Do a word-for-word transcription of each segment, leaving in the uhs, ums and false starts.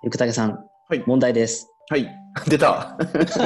ゆくたけさん、 はい。 問題です。 はい。出た。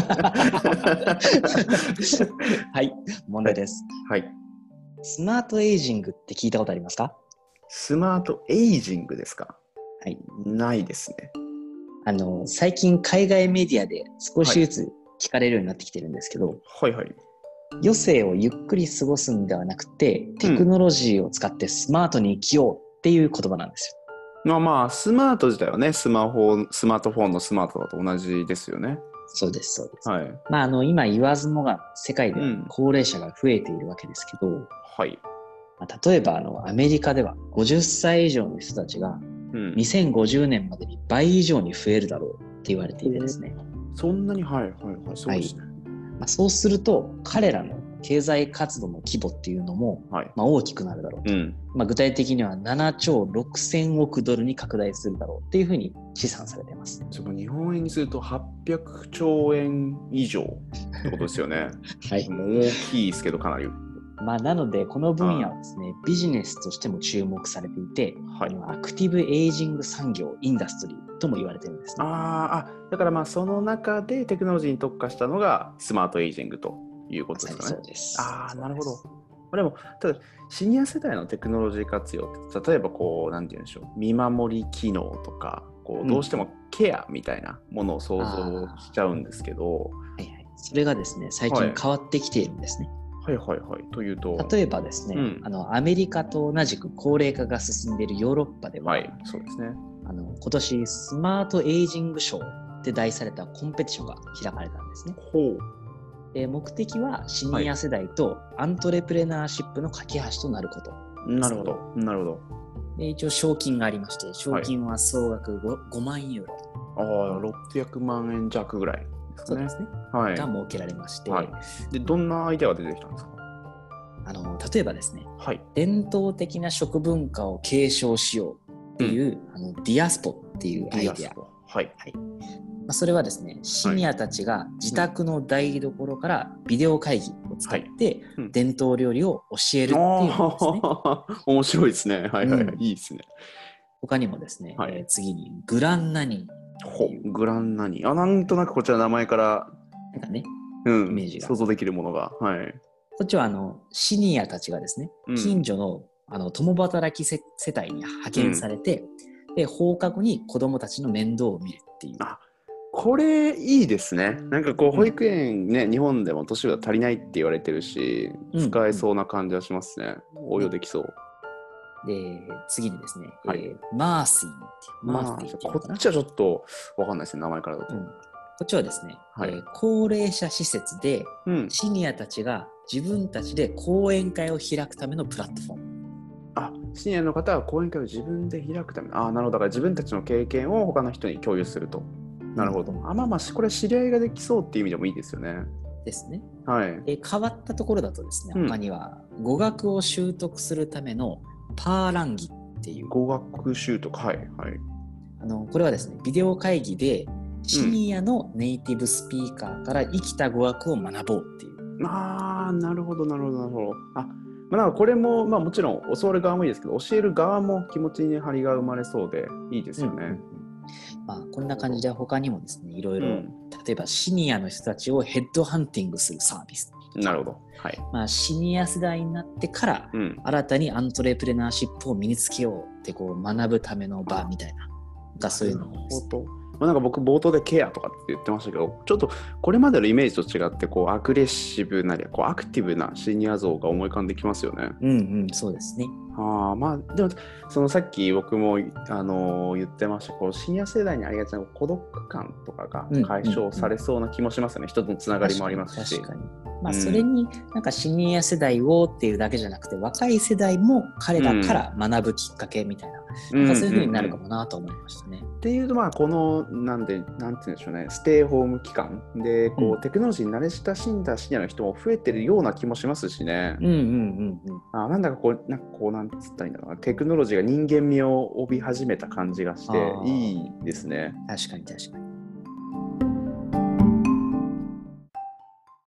はい、問はい。 題です。 はい。 スマートエイジングって聞いたことありますか？ スマートエイジングですか？ はい。 ないですね。 あの、最近海外メディアで少はい。 しずつ聞かれるようになってきてるんですけど、 はいはい。 余生をゆっくり過ごすんではなくて、テクうん。 ノロジーを使ってスマートに生きようっていう言葉なんですまあまあ、スマート自体はね、スマホ、スマートフォンのスマートだと同じですよね。 よ。そうです、そうです。 はい。 まあ、あの、今言わずもがな世界ではうん。 高齢者が増えているわけですけど、 はい。 まあ、例えばあのアメリカではごじゅっさい以上の人たちがうん。 にせんごじゅうねんまでに倍以上に増えるだろうって言われていてですね。 そんなに、はいはいはい。すはい。 ごいですね。 まあ、そうすると彼らの経済活動の規模っていうのも、 はい。 まあ、大きくなるだろうと。 うん。 まあ、具体的にはななちょうろくせんおくドルに拡大するだろうっていうふうに試算されています。 その日本円にするとはっぴゃくちょうえん以上ってことですよね。 はい。 もう大きいですけど、かなり。 まあ、なのでこの分野ははですね、ビジネスとしても注目されていて、 い。はい。 あのアクティブエイジング産業インダストリーとも言われてるんですね。 あーあ、だからまあその中でテクノロジーに特化したのがスマートエイジングというこまさにとですかね。 そうです。 ああ、なるほど。 そうです。 まあでも、ただシニア世代のテクノロジー活用って、例えばこう、なんて言うんでしょう、見守り機能とか、こううん。 どうしてもケアみたいなものを想像しあちゃうんですけど、 あ、はいはい。それがですね、最はい、 近変わってきているんですね。 はいはいはい。というと、 例えばですね、 うん、 あの、アメリカと同じく高齢化が進んでいるヨーロッパでは、 はい、そうですね。 あの、今年スマートエイジング賞って題されたコンペティションが開かれたんですね。 ほう。 で、目的はシはい。 ニア世代とアントレプレナーシップの架け橋となることですね。 なるほど。なるほど。 で、一応賞金がありまして、賞はい。 金は総額 ご, ごまんユーロ。 ああ、ろっぴゃくまん円弱ぐらいですかね。 そうですね。 はい。 が設けられまして、 はい。で、どんなアイデアが出てきたんですか？ あの、例えばですね、 はい。 伝統的な食文化を継承しようってうん。 いう、あのディアスポっていうアイデア。 ディアスポ。はい。 はい。まあ、それはですね、シはい。 ニアたちが自うん。 宅の台所からビデオ会議を使はい。 ってうん。 伝統料理を教えるっていうものですね。 ああ、面白いですね。はいはいはい。 うん。 いいですね。 他にもですね、 はい。 えー次にグランナニーってほ、 いう、 グランナニ。あ、なんとなくこちら名前から、 なんかね、 うん、 イメージが。 想像できるものが。はい。 こっちはあのシニアたちがですね、 うん。 近所のあの共働き世世帯に派遣さうん。 れて、で放課後に子供たちの面倒を見るっていう。 あ、これいいですね。なんかこう、 うん、 保育園ね、日本でも年が足りないって言われてるし、 うん、うん。 使えそうな感じはしますね。応用ね。 できそう。 で、次にですね、えはい。 ーマーシーっていう、マーシまあ、 ーっていうのかな。 こっちはちょっとわかんないですね、名前からだと。 うん。こっちはですね、 はい。 えー高齢者施設でうん。 シニアたちが自分たちで講演会を開くためのプラットフォーム。 あ、シニアの方は講演会を自分で開くための、あ、なるほど。だから自分たちの経験を他の人に共有すると。 うん。 なるほど。あ、まあまあ、これ知り合いができそうっていう意味でもいいですよね。 ですね。 はい。 で、変わったところだとですね、 うん。 他には語学を習得するためのパーランギっていう、 語学習とか、はい、はい。 あの、これはですね、ビデオ会議でシうん。 ニアのネイティブスピーカーから生きた語学を学ぼうっていう。 ああ、なるほど、なるほど、なるほど。あ、まあ、なんかこれも、まあもちろん教わる側もいいですけど、教える側も気持ちに張りが生まれそうでいいでうんうんうすよね。 ん。まあ、こんな感じなるほど。 で他にもですね、いろいろ、 うん。 例えばシニアの人たちをヘッドハンティングするサービスとか、 なるほど。はい。 まあ、シニア世代になってからうん。 新たにアントレプレナーシップを身につけようってこう学ぶための場みたいな、なんかそういうなるのをですね。 ほど。まあ、なんか僕冒頭でケアとかって言ってましたけど、ちょっとこれまでのイメージと違ってこうアグレッシブなりこうアクティブなシニア像が思い浮かんできますよね。 うんうん、そうですね。 ああ、まあでもそのさっき僕もあのー言ってましたこうシニア世代にありがちな孤独感とかがうん解消さうんうん。 れそうな気もしますよね。人とのつながりもあり確かにますし。 確かに。まあそれうん。 になんかシニア世代をっていうだけじゃなくて若い世代も彼らかうん。 ら学ぶきっかけみたいな、 うんうんなんかそういう風になうん。 るかもなと思いましたね。 っていうとまあこのなんでなんて言うんでしょうねステイホーム期間でうん。 こうテクノロジーに慣れ親しんだシニアの人も増えてるような気もしますしね。 うんうんうんうん。 あ、なんだかこうなんかこうなんつったらいいんだろうなテクノロジーが人間味を帯び始めた感じがしていあいですね。 あ、確かに確かに。